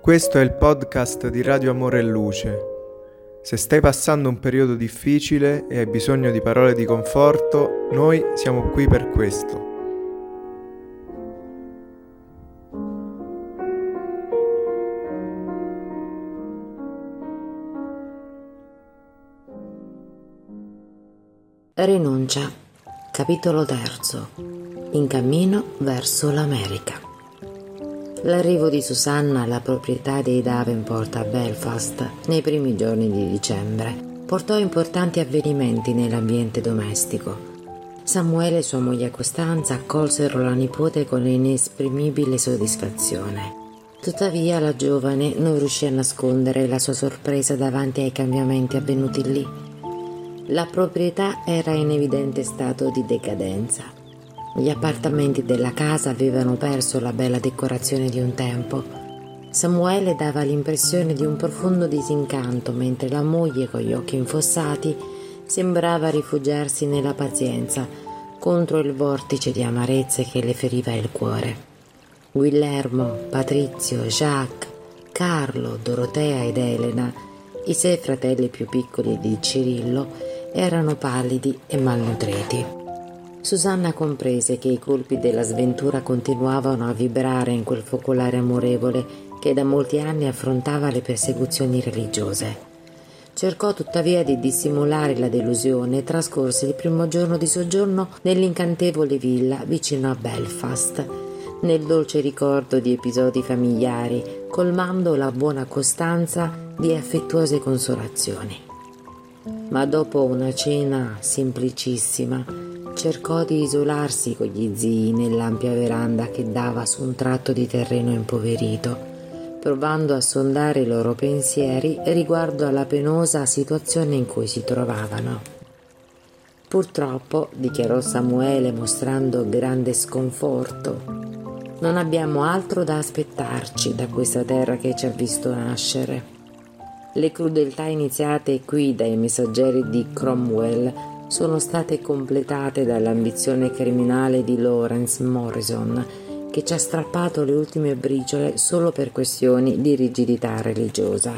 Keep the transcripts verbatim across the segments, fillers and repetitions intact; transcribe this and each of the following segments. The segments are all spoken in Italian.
Questo è il podcast di Radio Amore e Luce. Se stai passando un periodo difficile e hai bisogno di parole di conforto, noi siamo qui per questo. Rinuncia, capitolo terzo. In cammino verso l'America. L'arrivo di Susanna alla proprietà dei Davenport a Belfast nei primi giorni di dicembre portò importanti avvenimenti nell'ambiente domestico. Samuele e sua moglie Costanza accolsero la nipote con inesprimibile soddisfazione. Tuttavia la giovane non riuscì a nascondere la sua sorpresa davanti ai cambiamenti avvenuti lì. La proprietà era in evidente stato di decadenza. Gli appartamenti della casa avevano perso la bella decorazione di un tempo. Samuele dava l'impressione di un profondo disincanto, mentre la moglie, con gli occhi infossati, sembrava rifugiarsi nella pazienza contro il vortice di amarezze che le feriva il cuore. Guillermo, Patrizio, Jacques, Carlo, Dorotea ed Elena, i sei fratelli più piccoli di Cirillo, erano pallidi e malnutriti. Susanna comprese che i colpi della sventura continuavano a vibrare in quel focolare amorevole che da molti anni affrontava le persecuzioni religiose. Cercò tuttavia di dissimulare la delusione e trascorse il primo giorno di soggiorno nell'incantevole villa vicino a Belfast, nel dolce ricordo di episodi familiari, colmando la buona Costanza di affettuose consolazioni. Ma dopo una cena semplicissima cercò di isolarsi con gli zii nell'ampia veranda che dava su un tratto di terreno impoverito, provando a sondare i loro pensieri riguardo alla penosa situazione in cui si trovavano. Purtroppo, dichiarò Samuele mostrando grande sconforto, non abbiamo altro da aspettarci da questa terra che ci ha visto nascere. Le crudeltà iniziate qui dai messaggeri di Cromwell sono state completate dall'ambizione criminale di Lawrence Morrison, che ci ha strappato le ultime briciole solo per questioni di rigidità religiosa.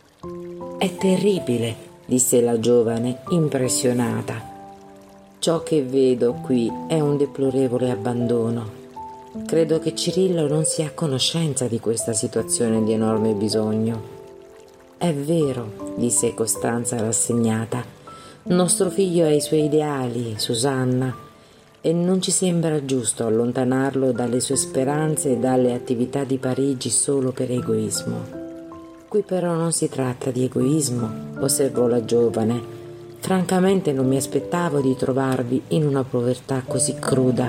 È terribile, disse la giovane, impressionata. Ciò che vedo qui è un deplorevole abbandono. Credo che Cirillo non sia a conoscenza di questa situazione di enorme bisogno. È vero, disse Costanza rassegnata. Nostro figlio ha i suoi ideali, Susanna, e non ci sembra giusto allontanarlo dalle sue speranze e dalle attività di Parigi solo per egoismo. Qui però non si tratta di egoismo, osservò la giovane. Francamente non mi aspettavo di trovarvi in una povertà così cruda.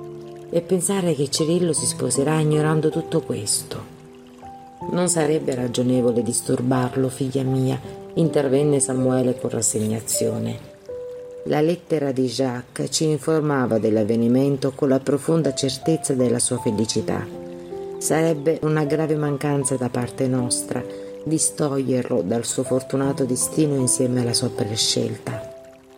E pensare che Cirillo si sposerà ignorando tutto questo. Non sarebbe ragionevole disturbarlo, figlia mia, intervenne Samuele con rassegnazione. La lettera di Jacques ci informava dell'avvenimento con la profonda certezza della sua felicità. Sarebbe una grave mancanza da parte nostra distoglierlo dal suo fortunato destino insieme alla sua prescelta.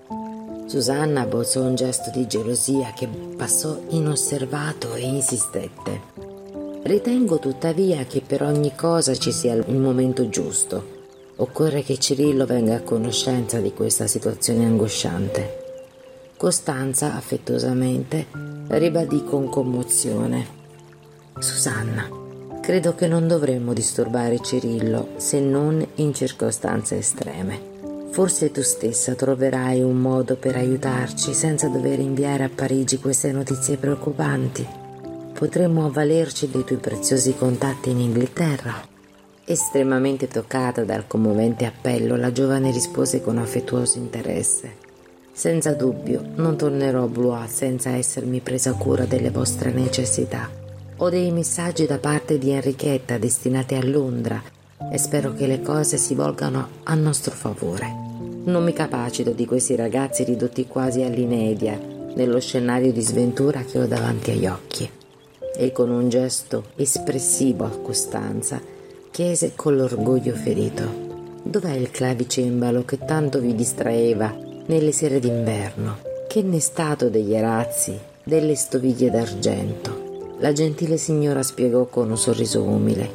Susanna abbozzò un gesto di gelosia che passò inosservato e insistette. Ritengo tuttavia che per ogni cosa ci sia il momento giusto. Occorre che Cirillo venga a conoscenza di questa situazione angosciante. Costanza, affettuosamente, ribadì con commozione. Susanna, credo che non dovremmo disturbare Cirillo se non in circostanze estreme. Forse tu stessa troverai un modo per aiutarci senza dover inviare a Parigi queste notizie preoccupanti. Potremmo avvalerci dei tuoi preziosi contatti in Inghilterra. Estremamente toccata dal commovente appello, la giovane rispose con affettuoso interesse. Senza dubbio, non tornerò a Blois senza essermi presa cura delle vostre necessità. Ho dei messaggi da parte di Enrichetta destinati a Londra e spero che le cose si volgano a nostro favore. Non mi capacito di questi ragazzi ridotti quasi all'inedia nello scenario di sventura che ho davanti agli occhi. E con un gesto espressivo a Costanza chiese con l'orgoglio ferito: dov'è il clavicembalo che tanto vi distraeva nelle sere d'inverno? Che n'è stato degli arazzi, delle stoviglie d'argento? La gentile signora spiegò con un sorriso umile: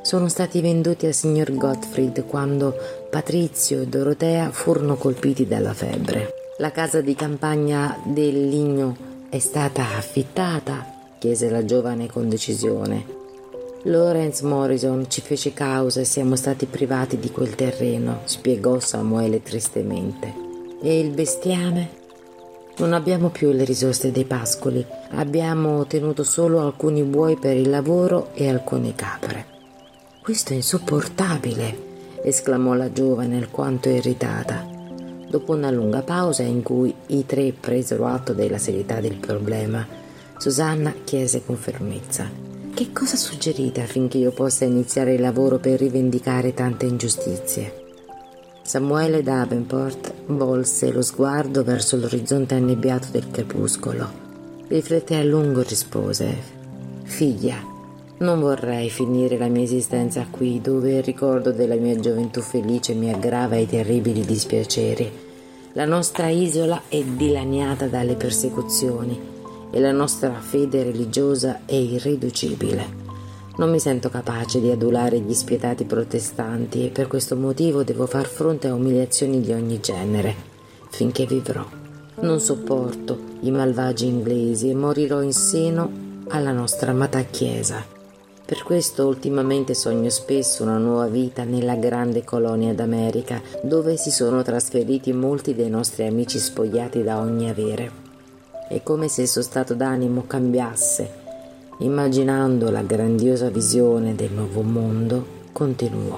sono stati venduti al signor Gottfried quando Patrizio e Dorotea furono colpiti dalla febbre. La casa di campagna del Ligno è stata affittata? Chiese la giovane con decisione. Lawrence Morrison ci fece causa e siamo stati privati di quel terreno, spiegò Samuele tristemente. E il bestiame? Non abbiamo più le risorse dei pascoli, abbiamo tenuto solo alcuni buoi per il lavoro e alcune capre. Questo è insopportabile, esclamò la giovane alquanto irritata. Dopo una lunga pausa in cui i tre presero atto della serietà del problema, Susanna chiese con fermezza: che cosa suggerite affinché io possa iniziare il lavoro per rivendicare tante ingiustizie? Samuele Davenport volse lo sguardo verso l'orizzonte annebbiato del crepuscolo. Rifletté a lungo e rispose: figlia, non vorrei finire la mia esistenza qui, dove il ricordo della mia gioventù felice mi aggrava i terribili dispiaceri. La nostra isola è dilaniata dalle persecuzioni e la nostra fede religiosa è irriducibile. Non mi sento capace di adulare gli spietati protestanti e per questo motivo devo far fronte a umiliazioni di ogni genere finché vivrò. Non sopporto i malvagi inglesi e morirò in seno alla nostra amata Chiesa. Per questo ultimamente sogno spesso una nuova vita nella grande colonia d'America, dove si sono trasferiti molti dei nostri amici spogliati da ogni avere. È come se il suo stato d'animo cambiasse. Immaginando la grandiosa visione del nuovo mondo, continuò.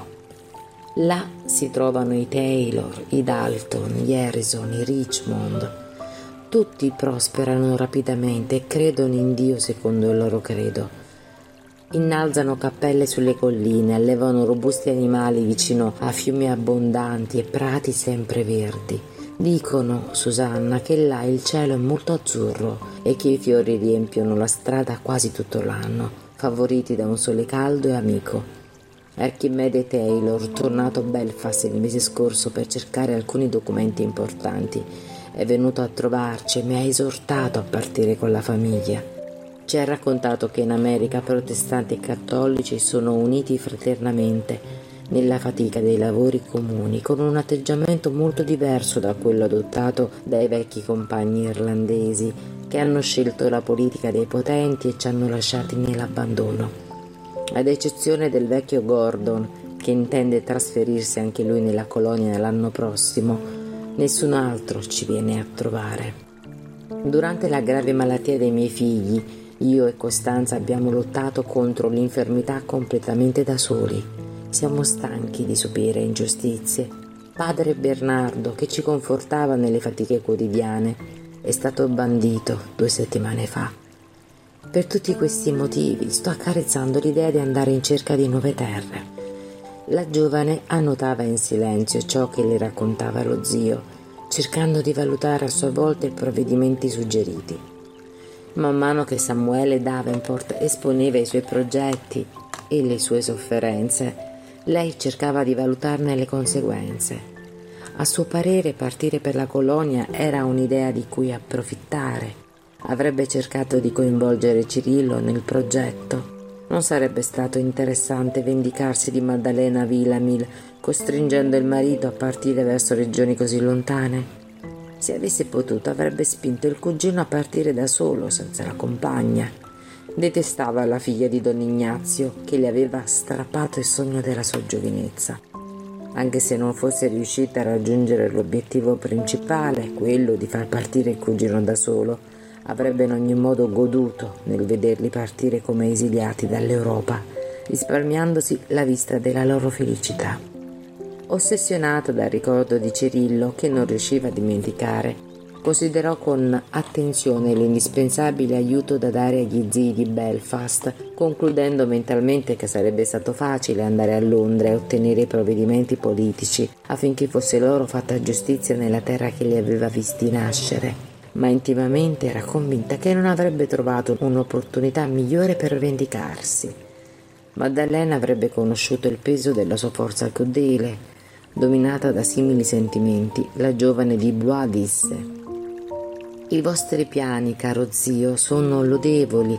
Là si trovano i Taylor, i Dalton, gli Harrison, i Richmond. Tutti prosperano rapidamente e credono in Dio secondo il loro credo. Innalzano cappelle sulle colline, allevano robusti animali vicino a fiumi abbondanti e prati sempre verdi. Dicono, Susanna, che là il cielo è molto azzurro e che i fiori riempiono la strada quasi tutto l'anno, favoriti da un sole caldo e amico. Archimede Taylor, tornato a Belfast il mese scorso per cercare alcuni documenti importanti, è venuto a trovarci e mi ha esortato a partire con la famiglia. Ci ha raccontato che in America protestanti e cattolici sono uniti fraternamente nella fatica dei lavori comuni, con un atteggiamento molto diverso da quello adottato dai vecchi compagni irlandesi che hanno scelto la politica dei potenti e ci hanno lasciati nell'abbandono. Ad eccezione del vecchio Gordon, che intende trasferirsi anche lui nella colonia l'anno prossimo, nessun altro ci viene a trovare. Durante la grave malattia dei miei figli, io e Costanza abbiamo lottato contro l'infermità completamente da soli. Siamo stanchi di subire ingiustizie. Padre Bernardo, che ci confortava nelle fatiche quotidiane, è stato bandito due settimane fa. Per tutti questi motivi sto accarezzando l'idea di andare in cerca di nuove terre. La giovane annotava in silenzio ciò che le raccontava lo zio, cercando di valutare a sua volta i provvedimenti suggeriti. Man mano che Samuele Davenport esponeva i suoi progetti e le sue sofferenze, lei cercava di valutarne le conseguenze. A suo parere partire per la colonia era un'idea di cui approfittare. Avrebbe cercato di coinvolgere Cirillo nel progetto. Non sarebbe stato interessante vendicarsi di Maddalena Villamil costringendo il marito a partire verso regioni così lontane? Se avesse potuto avrebbe spinto il cugino a partire da solo, senza la compagna. Detestava la figlia di Don Ignazio, che le aveva strappato il sogno della sua giovinezza. Anche se non fosse riuscita a raggiungere l'obiettivo principale, quello di far partire il cugino da solo, avrebbe in ogni modo goduto nel vederli partire come esiliati dall'Europa, risparmiandosi la vista della loro felicità. Ossessionata dal ricordo di Cirillo, che non riusciva a dimenticare, considerò con attenzione l'indispensabile aiuto da dare agli zii di Belfast, concludendo mentalmente che sarebbe stato facile andare a Londra e ottenere i provvedimenti politici affinché fosse loro fatta giustizia nella terra che li aveva visti nascere, ma intimamente era convinta che non avrebbe trovato un'opportunità migliore per vendicarsi. Maddalena avrebbe conosciuto il peso della sua forza crudele. Dominata da simili sentimenti, la giovane di Blois disse: «I vostri piani, caro zio, sono lodevoli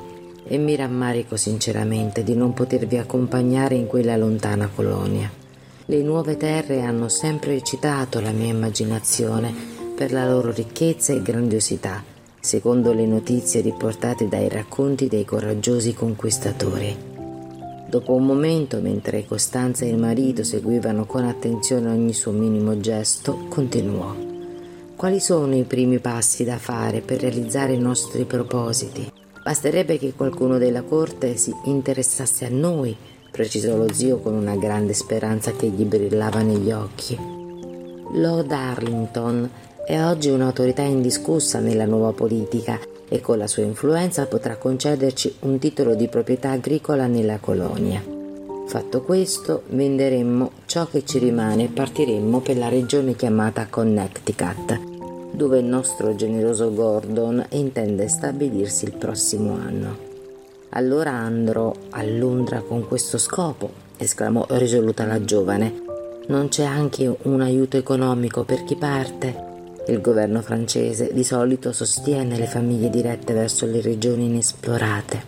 e mi rammarico sinceramente di non potervi accompagnare in quella lontana colonia. Le nuove terre hanno sempre eccitato la mia immaginazione per la loro ricchezza e grandiosità, secondo le notizie riportate dai racconti dei coraggiosi conquistatori. Dopo un momento, mentre Costanza e il marito seguivano con attenzione ogni suo minimo gesto, continuò. Quali sono i primi passi da fare per realizzare i nostri propositi? Basterebbe che qualcuno della corte si interessasse a noi, precisò lo zio con una grande speranza che gli brillava negli occhi. Lord Arlington è oggi un'autorità indiscussa nella nuova politica e con la sua influenza potrà concederci un titolo di proprietà agricola nella colonia. Fatto questo, venderemmo ciò che ci rimane e partiremmo per la regione chiamata Connecticut, dove il nostro generoso Gordon intende stabilirsi il prossimo anno. Allora andrò a Londra con questo scopo, esclamò risoluta la giovane. Non c'è anche un aiuto economico per chi parte? Il governo francese di solito sostiene le famiglie dirette verso le regioni inesplorate.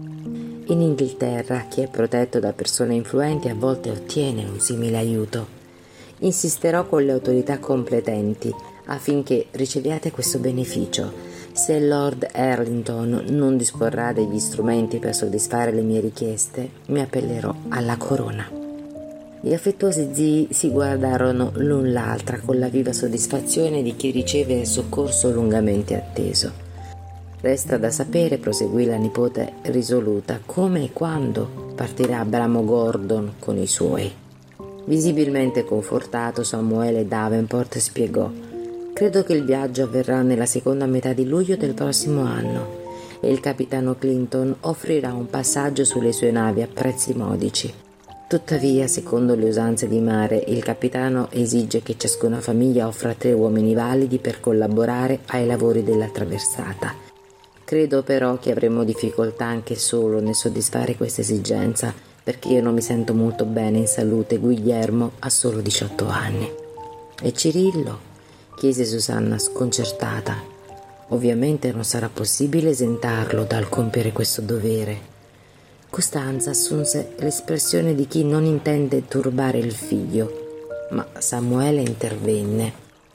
In Inghilterra chi è protetto da persone influenti a volte ottiene un simile aiuto. Insisterò con le autorità competenti affinché riceviate questo beneficio. Se Lord Arlington non disporrà degli strumenti per soddisfare le mie richieste, mi appellerò alla corona. Gli affettuosi zii si guardarono l'un l'altra con la viva soddisfazione di chi riceve il soccorso lungamente atteso. Resta da sapere, proseguì la nipote risoluta, come e quando partirà Bramo Gordon con i suoi. Visibilmente confortato, Samuele Davenport spiegò: credo che il viaggio avverrà nella seconda metà di luglio del prossimo anno e il capitano Clinton offrirà un passaggio sulle sue navi a prezzi modici. Tuttavia, secondo le usanze di mare, il capitano esige che ciascuna famiglia offra tre uomini validi per collaborare ai lavori della traversata. Credo però che avremo difficoltà anche solo nel soddisfare questa esigenza, perché io non mi sento molto bene in salute. Guglielmo ha solo diciotto anni. E Cirillo? Chiese Susanna sconcertata. Ovviamente non sarà possibile esentarlo dal compiere questo dovere. Costanza assunse l'espressione di chi non intende turbare il figlio, ma Samuele intervenne.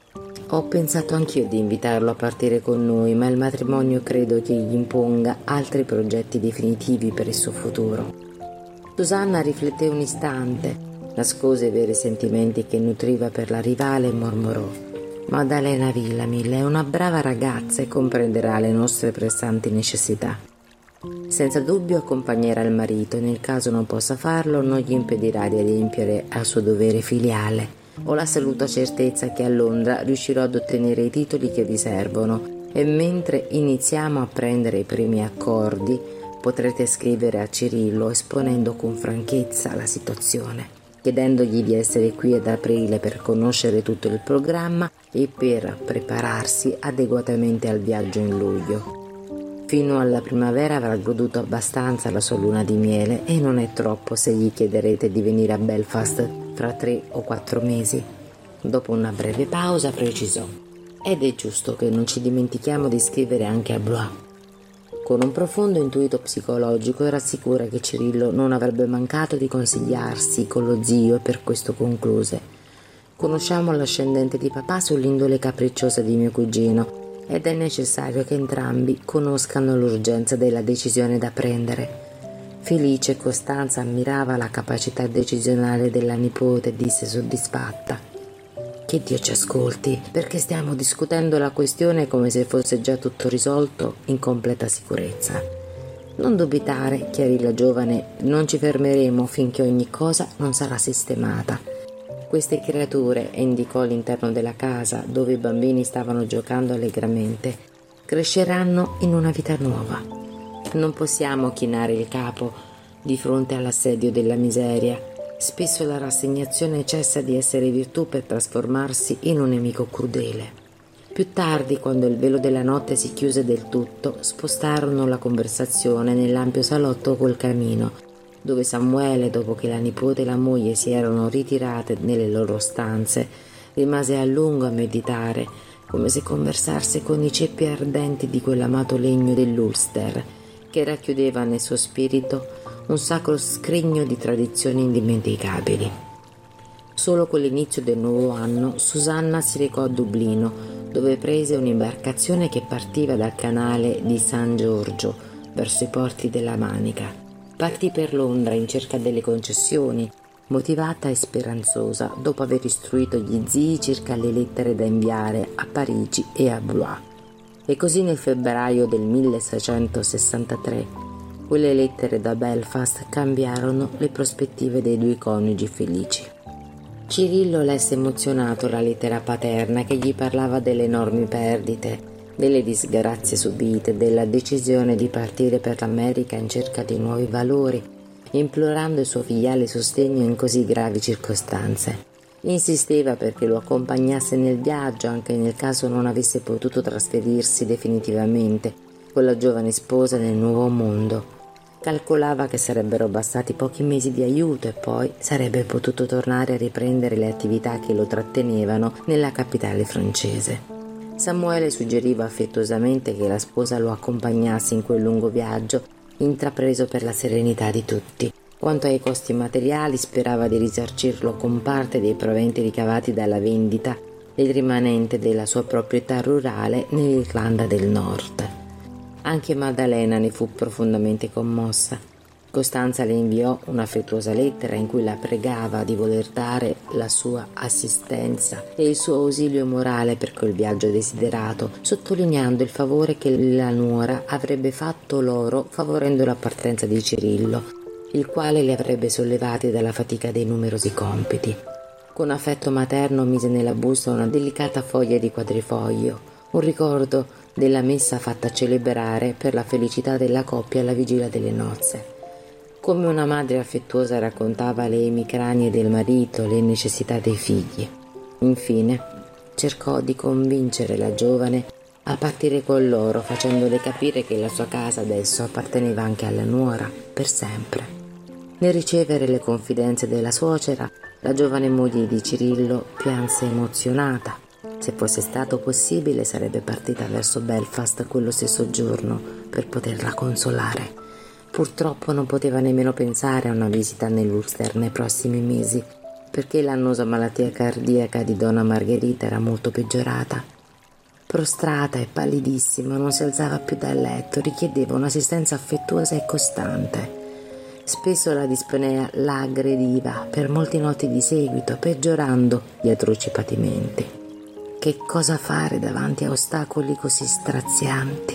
Ho pensato anch'io di invitarlo a partire con noi, ma il matrimonio credo che gli imponga altri progetti definitivi per il suo futuro. Susanna rifletté un istante, nascose i veri sentimenti che nutriva per la rivale e mormorò: Maddalena Villamil è una brava ragazza e comprenderà le nostre pressanti necessità. Senza dubbio accompagnerà il marito e nel caso non possa farlo non gli impedirà di adempiere al suo dovere filiale. Ho l'assoluta certezza che a Londra riuscirò ad ottenere i titoli che vi servono e mentre iniziamo a prendere i primi accordi potrete scrivere a Cirillo esponendo con franchezza la situazione, chiedendogli di essere qui ad aprile per conoscere tutto il programma e per prepararsi adeguatamente al viaggio in luglio. Fino alla primavera avrà goduto abbastanza la sua luna di miele e non è troppo se gli chiederete di venire a Belfast fra tre o quattro mesi. Dopo una breve pausa precisò: ed è giusto che non ci dimentichiamo di scrivere anche a Blois. Con un profondo intuito psicologico rassicura che Cirillo non avrebbe mancato di consigliarsi con lo zio e per questo concluse: conosciamo l'ascendente di papà sull'indole capricciosa di mio cugino ed è necessario che entrambi conoscano l'urgenza della decisione da prendere. Felice, Costanza ammirava la capacità decisionale della nipote e disse soddisfatta: che Dio ci ascolti, perché stiamo discutendo la questione come se fosse già tutto risolto in completa sicurezza. Non dubitare, chiarì la giovane, non ci fermeremo finché ogni cosa non sarà sistemata. Queste creature, e indicò l'interno della casa dove i bambini stavano giocando allegramente, cresceranno in una vita nuova. Non possiamo chinare il capo di fronte all'assedio della miseria. Spesso la rassegnazione cessa di essere virtù per trasformarsi in un nemico crudele. Più tardi, quando il velo della notte si chiuse del tutto, spostarono la conversazione nell'ampio salotto col camino, dove Samuele, dopo che la nipote e la moglie si erano ritirate nelle loro stanze, rimase a lungo a meditare, come se conversasse con i ceppi ardenti di quell'amato legno dell'Ulster, che racchiudeva nel suo spirito un sacro scrigno di tradizioni indimenticabili. Solo con l'inizio del nuovo anno Susanna si recò a Dublino, dove prese un'imbarcazione che partiva dal canale di San Giorgio verso i porti della Manica. Partì per Londra in cerca delle concessioni, motivata e speranzosa dopo aver istruito gli zii circa le lettere da inviare a Parigi e a Blois. E così nel febbraio del milleseicentosessantatré quelle lettere da Belfast cambiarono le prospettive dei due coniugi felici. Cirillo lesse emozionato la lettera paterna che gli parlava delle enormi perdite, delle disgrazie subite, della decisione di partire per l'America in cerca di nuovi valori, implorando il suo filiale sostegno in così gravi circostanze. Insisteva perché lo accompagnasse nel viaggio anche nel caso non avesse potuto trasferirsi definitivamente con la giovane sposa nel nuovo mondo. Calcolava che sarebbero bastati pochi mesi di aiuto e poi sarebbe potuto tornare a riprendere le attività che lo trattenevano nella capitale francese. Samuele suggeriva affettuosamente che la sposa lo accompagnasse in quel lungo viaggio intrapreso per la serenità di tutti. Quanto ai costi materiali, sperava di risarcirlo con parte dei proventi ricavati dalla vendita del rimanente della sua proprietà rurale nell'Irlanda del Nord. Anche Maddalena ne fu profondamente commossa. Costanza le inviò un'affettuosa lettera in cui la pregava di voler dare la sua assistenza e il suo ausilio morale per quel viaggio desiderato, sottolineando il favore che la nuora avrebbe fatto loro favorendo la partenza di Cirillo, il quale li avrebbe sollevati dalla fatica dei numerosi compiti. Con affetto materno mise nella busta una delicata foglia di quadrifoglio, un ricordo della messa fatta celebrare per la felicità della coppia alla vigilia delle nozze. Come una madre affettuosa raccontava le emicranie del marito, le necessità dei figli. Infine cercò di convincere la giovane a partire con loro, facendole capire che la sua casa adesso apparteneva anche alla nuora, per sempre. Nel ricevere le confidenze della suocera, la giovane moglie di Cirillo pianse emozionata. Se fosse stato possibile sarebbe partita verso Belfast quello stesso giorno per poterla consolare. Purtroppo non poteva nemmeno pensare a una visita nell'Ulster nei prossimi mesi, perché l'annosa malattia cardiaca di donna Margherita era molto peggiorata. Prostrata e pallidissima, non si alzava più dal letto, richiedeva un'assistenza affettuosa e costante. Spesso la dispnea la aggrediva per molti notti di seguito, peggiorando gli atroci patimenti. Che cosa fare davanti a ostacoli così strazianti?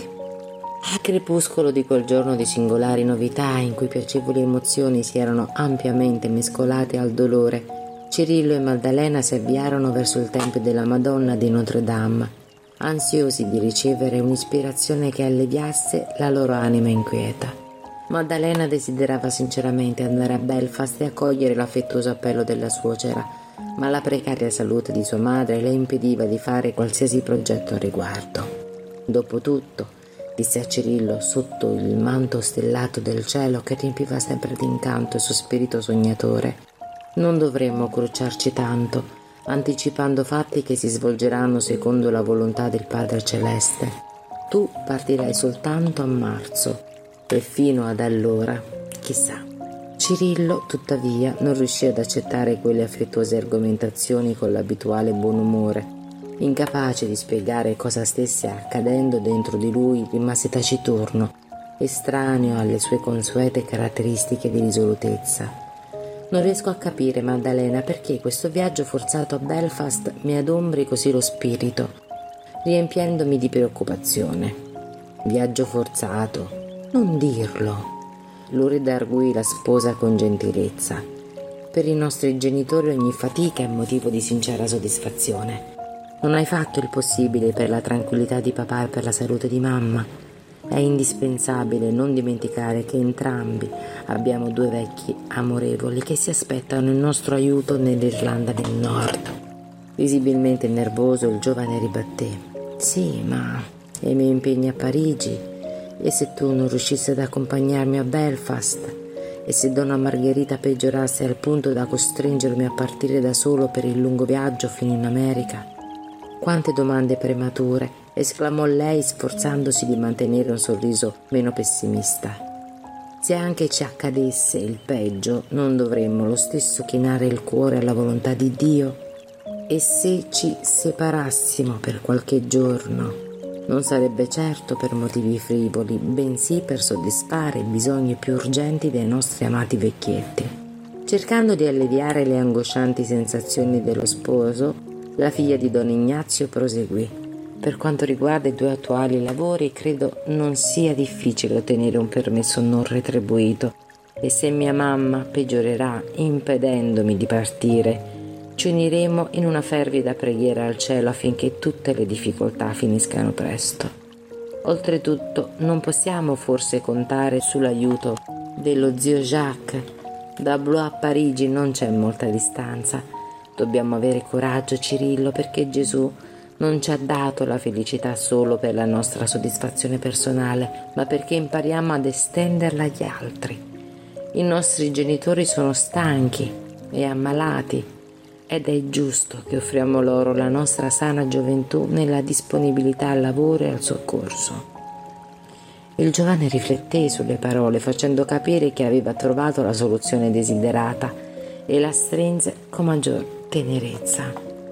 Al crepuscolo di quel giorno di singolari novità, in cui piacevoli emozioni si erano ampiamente mescolate al dolore, Cirillo e Maddalena si avviarono verso il tempio della Madonna di Notre Dame, ansiosi di ricevere un'ispirazione che alleviasse la loro anima inquieta. Maddalena desiderava sinceramente andare a Belfast e accogliere l'affettuoso appello della suocera, ma la precaria salute di sua madre le impediva di fare qualsiasi progetto a riguardo. Dopotutto, disse a Cirillo sotto il manto stellato del cielo che riempiva sempre d'incanto il suo spirito sognatore, non dovremmo crucciarci tanto, anticipando fatti che si svolgeranno secondo la volontà del Padre Celeste. Tu partirai soltanto a marzo e fino ad allora, chissà. Cirillo, tuttavia, non riuscì ad accettare quelle affettuose argomentazioni con l'abituale buon umore. Incapace di spiegare cosa stesse accadendo dentro di lui, rimase taciturno, estraneo alle sue consuete caratteristiche di risolutezza. Non riesco a capire, Maddalena, perché questo viaggio forzato a Belfast mi adombri così lo spirito, riempiendomi di preoccupazione. Viaggio forzato? Non dirlo. Lo redarguì la sposa con gentilezza. Per i nostri genitori ogni fatica è motivo di sincera soddisfazione. Non hai fatto il possibile per la tranquillità di papà e per la salute di mamma. È indispensabile non dimenticare che entrambi abbiamo due vecchi amorevoli che si aspettano il nostro aiuto nell'Irlanda del Nord. Visibilmente nervoso, il giovane ribatté: sì, ma e i miei impegni a Parigi? E se tu non riuscissi ad accompagnarmi a Belfast? E se donna Margherita peggiorasse al punto da costringermi a partire da solo per il lungo viaggio fino in America? Quante domande premature esclamò lei sforzandosi di mantenere un sorriso meno pessimista. Se anche ci accadesse il peggio, non dovremmo lo stesso chinare il cuore alla volontà di Dio? E se ci separassimo per qualche giorno, non sarebbe certo per motivi frivoli, bensì per soddisfare i bisogni più urgenti dei nostri amati vecchietti. Cercando di alleviare le angoscianti sensazioni dello sposo, la figlia di Don Ignazio proseguì: per quanto riguarda i tuoi attuali lavori, credo non sia difficile ottenere un permesso non retribuito, e se mia mamma peggiorerà impedendomi di partire, ci uniremo in una fervida preghiera al cielo affinché tutte le difficoltà finiscano presto. Oltretutto, non possiamo forse contare sull'aiuto dello zio Jacques. Da Blois a Parigi non c'è molta distanza. Dobbiamo avere coraggio, Cirillo, perché Gesù non ci ha dato la felicità solo per la nostra soddisfazione personale, ma perché impariamo ad estenderla agli altri. I nostri genitori sono stanchi e ammalati, ed è giusto che offriamo loro la nostra sana gioventù nella disponibilità al lavoro e al soccorso. Il giovane rifletté sulle parole, facendo capire che aveva trovato la soluzione desiderata, e la strinse con maggior tenerezza.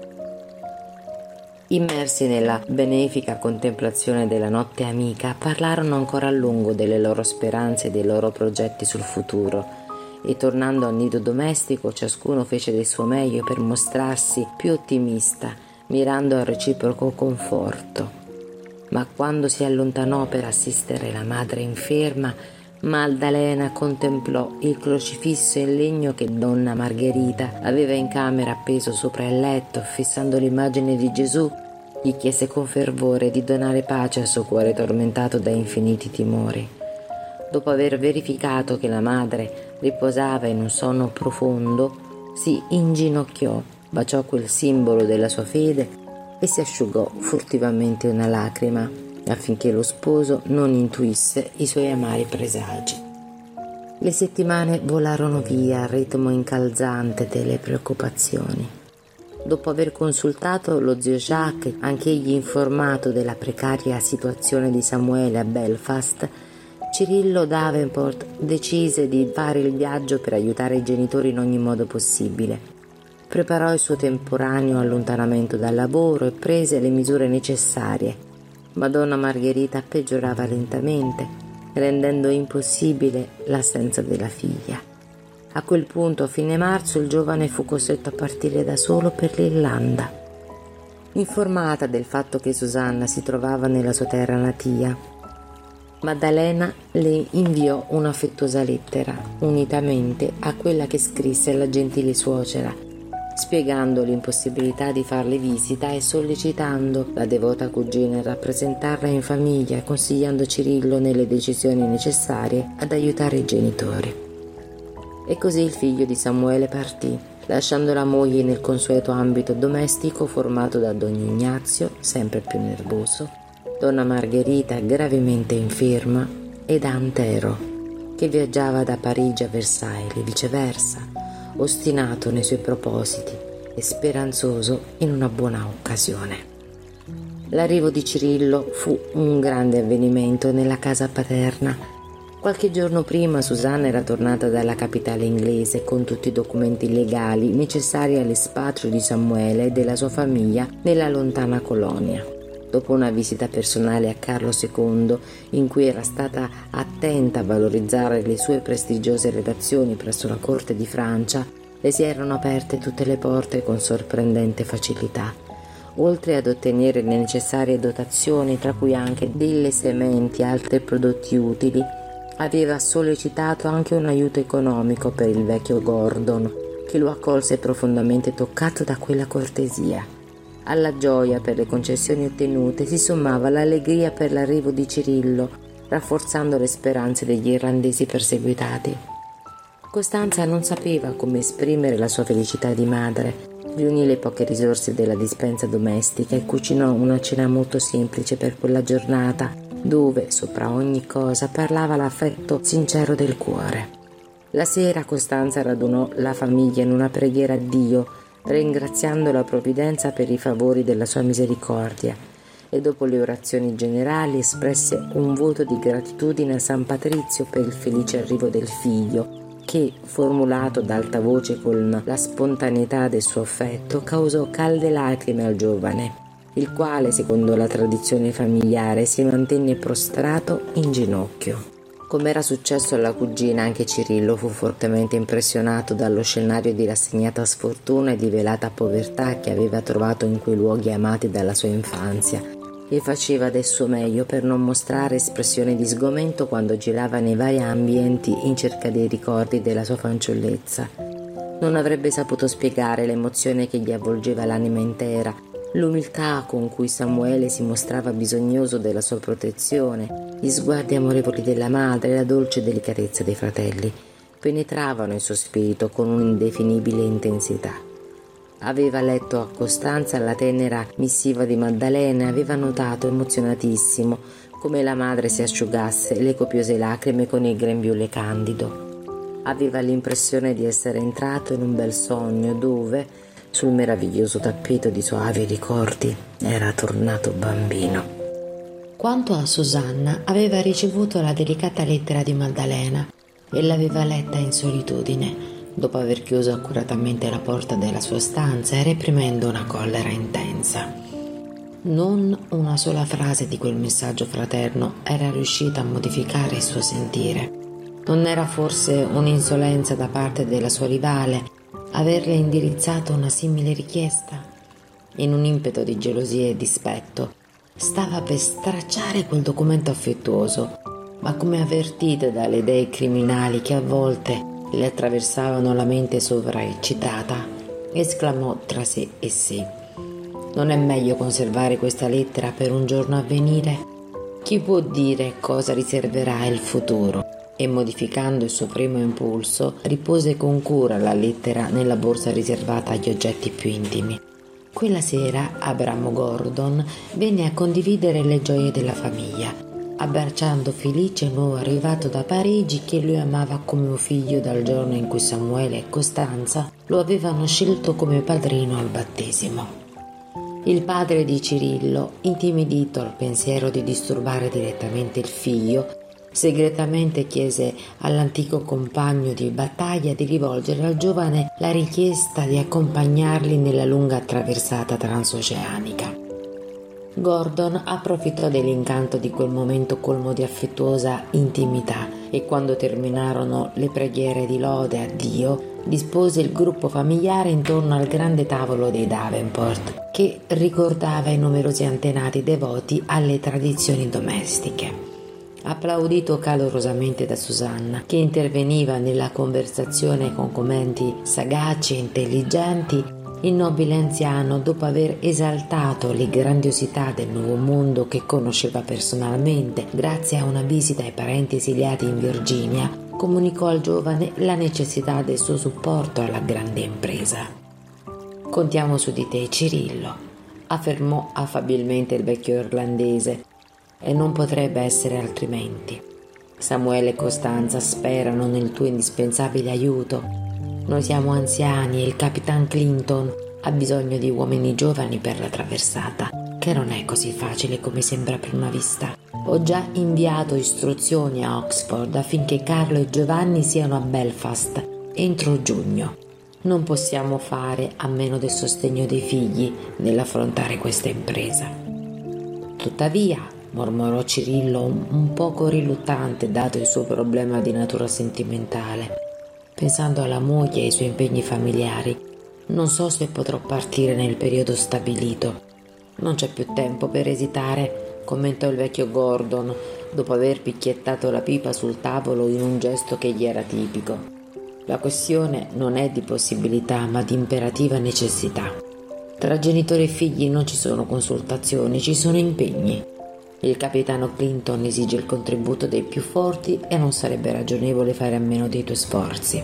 Immersi nella benefica contemplazione della notte amica, parlarono ancora a lungo delle loro speranze e dei loro progetti sul futuro, e tornando al nido domestico ciascuno fece del suo meglio per mostrarsi più ottimista, mirando al reciproco conforto. Ma quando si allontanò per assistere la madre inferma, Maddalena contemplò il crocifisso in legno che donna Margherita aveva in camera appeso sopra il letto. Fissando l'immagine di Gesù, gli chiese con fervore di donare pace al suo cuore tormentato da infiniti timori. Dopo aver verificato che la madre riposava in un sonno profondo, si inginocchiò, baciò quel simbolo della sua fede e si asciugò furtivamente una lacrima affinché lo sposo non intuisse i suoi amari presagi. Le settimane volarono via al ritmo incalzante delle preoccupazioni. Dopo aver consultato lo zio Jacques, anch'egli informato della precaria situazione di Samuele a Belfast, Cirillo Davenport decise di fare il viaggio per aiutare i genitori in ogni modo possibile. Preparò il suo temporaneo allontanamento dal lavoro e prese le misure necessarie, ma donna Margherita peggiorava lentamente, rendendo impossibile l'assenza della figlia. A quel punto, a fine marzo, il giovane fu costretto a partire da solo per l'Irlanda. Informata del fatto che Susanna si trovava nella sua terra natia, Maddalena le inviò un'affettuosa lettera, unitamente a quella che scrisse alla gentile suocera, spiegando l'impossibilità di farle visita e sollecitando la devota cugina a rappresentarla in famiglia e consigliando Cirillo nelle decisioni necessarie ad aiutare i genitori. E così il figlio di Samuele partì, lasciando la moglie nel consueto ambito domestico formato da Don Ignazio, sempre più nervoso, donna Margherita gravemente inferma e da Antero, che viaggiava da Parigi a Versailles e viceversa, ostinato nei suoi propositi e speranzoso in una buona occasione. L'arrivo di Cirillo fu un grande avvenimento nella casa paterna. Qualche giorno prima Susanna era tornata dalla capitale inglese con tutti i documenti legali necessari all'espatrio di Samuele e della sua famiglia nella lontana colonia. Dopo una visita personale a Carlo secondo, in cui era stata attenta a valorizzare le sue prestigiose relazioni presso la corte di Francia, le si erano aperte tutte le porte con sorprendente facilità. Oltre ad ottenere le necessarie dotazioni, tra cui anche delle sementi e altri prodotti utili, aveva sollecitato anche un aiuto economico per il vecchio Gordon, che lo accolse profondamente toccato da quella cortesia. Alla gioia per le concessioni ottenute si sommava l'allegria per l'arrivo di Cirillo, rafforzando le speranze degli irlandesi perseguitati. Costanza non sapeva come esprimere la sua felicità di madre. Riunì le poche risorse della dispensa domestica e cucinò una cena molto semplice per quella giornata, dove, sopra ogni cosa, parlava l'affetto sincero del cuore. La sera Costanza radunò la famiglia in una preghiera a Dio, ringraziando la provvidenza per i favori della sua misericordia, e dopo le orazioni generali espresse un voto di gratitudine a San Patrizio per il felice arrivo del figlio che, formulato ad alta voce con la spontaneità del suo affetto, causò calde lacrime al giovane, il quale, secondo la tradizione familiare, si mantenne prostrato in ginocchio. Come era successo alla cugina, anche Cirillo fu fortemente impressionato dallo scenario di rassegnata sfortuna e di velata povertà che aveva trovato in quei luoghi amati dalla sua infanzia, e faceva del suo meglio per non mostrare espressione di sgomento quando girava nei vari ambienti in cerca dei ricordi della sua fanciullezza. Non avrebbe saputo spiegare l'emozione che gli avvolgeva l'anima intera, l'umiltà con cui Samuele si mostrava bisognoso della sua protezione, gli sguardi amorevoli della madre e la dolce delicatezza dei fratelli penetravano il suo spirito con un'indefinibile intensità. Aveva letto a Costanza la tenera missiva di Maddalena e aveva notato, emozionatissimo, come la madre si asciugasse le copiose lacrime con il grembiule candido. Aveva l'impressione di essere entrato in un bel sogno dove, sul meraviglioso tappeto di soavi ricordi, era tornato bambino. Quanto a Susanna, aveva ricevuto la delicata lettera di Maddalena e l'aveva letta in solitudine, dopo aver chiuso accuratamente la porta della sua stanza e reprimendo una collera intensa. Non una sola frase di quel messaggio fraterno era riuscita a modificare il suo sentire. Non era forse un'insolenza da parte della sua rivale averle indirizzato una simile richiesta? In un impeto di gelosia e dispetto, stava per stracciare quel documento affettuoso, ma come avvertite dalle idee criminali che a volte le attraversavano la mente sovraeccitata, esclamò tra sé e sé: non è meglio conservare questa lettera per un giorno a venire? Chi può dire cosa riserverà il futuro? E modificando il suo primo impulso, ripose con cura la lettera nella borsa riservata agli oggetti più intimi. Quella sera Abramo Gordon venne a condividere le gioie della famiglia, abbracciando felice il nuovo arrivato da Parigi che lui amava come un figlio dal giorno in cui Samuele e Costanza lo avevano scelto come padrino al battesimo. Il padre di Cirillo, intimidito al pensiero di disturbare direttamente il figlio, segretamente chiese all'antico compagno di battaglia di rivolgere al giovane la richiesta di accompagnarli nella lunga traversata transoceanica. Gordon approfittò dell'incanto di quel momento colmo di affettuosa intimità e quando terminarono le preghiere di lode a Dio, dispose il gruppo familiare intorno al grande tavolo dei Davenport, che ricordava i numerosi antenati devoti alle tradizioni domestiche. Applaudito calorosamente da Susanna, che interveniva nella conversazione con commenti sagaci e intelligenti, il nobile anziano, dopo aver esaltato le grandiosità del nuovo mondo che conosceva personalmente grazie a una visita ai parenti esiliati in Virginia, comunicò al giovane la necessità del suo supporto alla grande impresa. «Contiamo su di te, Cirillo», affermò affabilmente il vecchio irlandese, «e non potrebbe essere altrimenti. Samuele e Costanza sperano nel tuo indispensabile aiuto. Noi siamo anziani e il Capitan Clinton ha bisogno di uomini giovani per la traversata, che non è così facile come sembra a prima vista. Ho già inviato istruzioni a Oxford affinché Carlo e Giovanni siano a Belfast entro giugno. Non possiamo fare a meno del sostegno dei figli nell'affrontare questa impresa». «Tuttavia», mormorò Cirillo un poco riluttante dato il suo problema di natura sentimentale, pensando alla moglie e ai suoi impegni familiari, «non so se potrò partire nel periodo stabilito». «Non c'è più tempo per esitare», commentò il vecchio Gordon, dopo aver picchiettato la pipa sul tavolo in un gesto che gli era tipico. «La questione non è di possibilità, ma di imperativa necessità. Tra genitori e figli non ci sono consultazioni, ci sono impegni. Il capitano Clinton esige il contributo dei più forti e non sarebbe ragionevole fare a meno dei tuoi sforzi».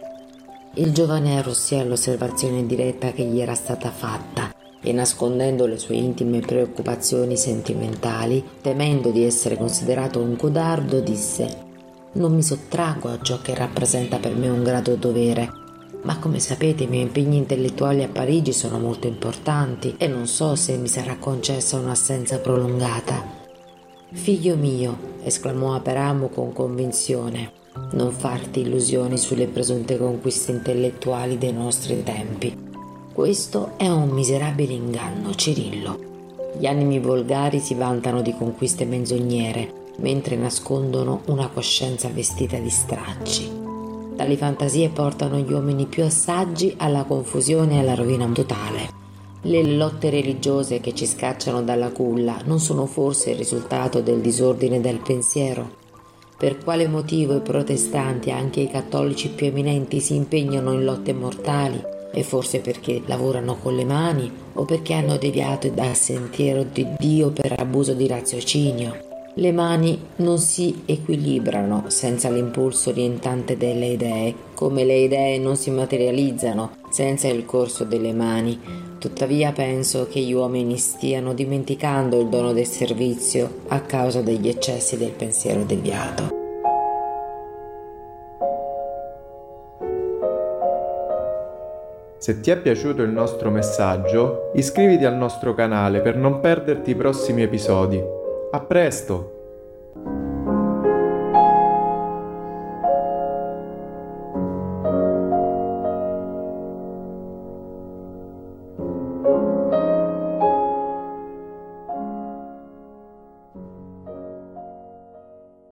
Il giovane arrossì all'osservazione diretta che gli era stata fatta e, nascondendo le sue intime preoccupazioni sentimentali, temendo di essere considerato un codardo, disse: «Non mi sottraggo a ciò che rappresenta per me un grato dovere, ma come sapete i miei impegni intellettuali a Parigi sono molto importanti e non so se mi sarà concessa un'assenza prolungata. Figlio mio, esclamò Aperamo con convinzione, non farti illusioni sulle presunte conquiste intellettuali dei nostri tempi. Questo è un miserabile inganno, Cirillo. Gli animi volgari si vantano di conquiste menzognere, mentre nascondono una coscienza vestita di stracci. Tali fantasie portano gli uomini più assaggi alla confusione e alla rovina totale. Le lotte religiose che ci scacciano dalla culla non sono forse il risultato del disordine del pensiero? Per quale motivo i protestanti, anche i cattolici più eminenti, si impegnano in lotte mortali? E forse perché lavorano con le mani o perché hanno deviato dal sentiero di Dio per abuso di raziocinio? Le mani non si equilibrano senza l'impulso orientante delle idee, come le idee non si materializzano senza il corso delle mani. Tuttavia penso che gli uomini stiano dimenticando il dono del servizio a causa degli eccessi del pensiero deviato. Se ti è piaciuto il nostro messaggio, iscriviti al nostro canale per non perderti i prossimi episodi. A presto!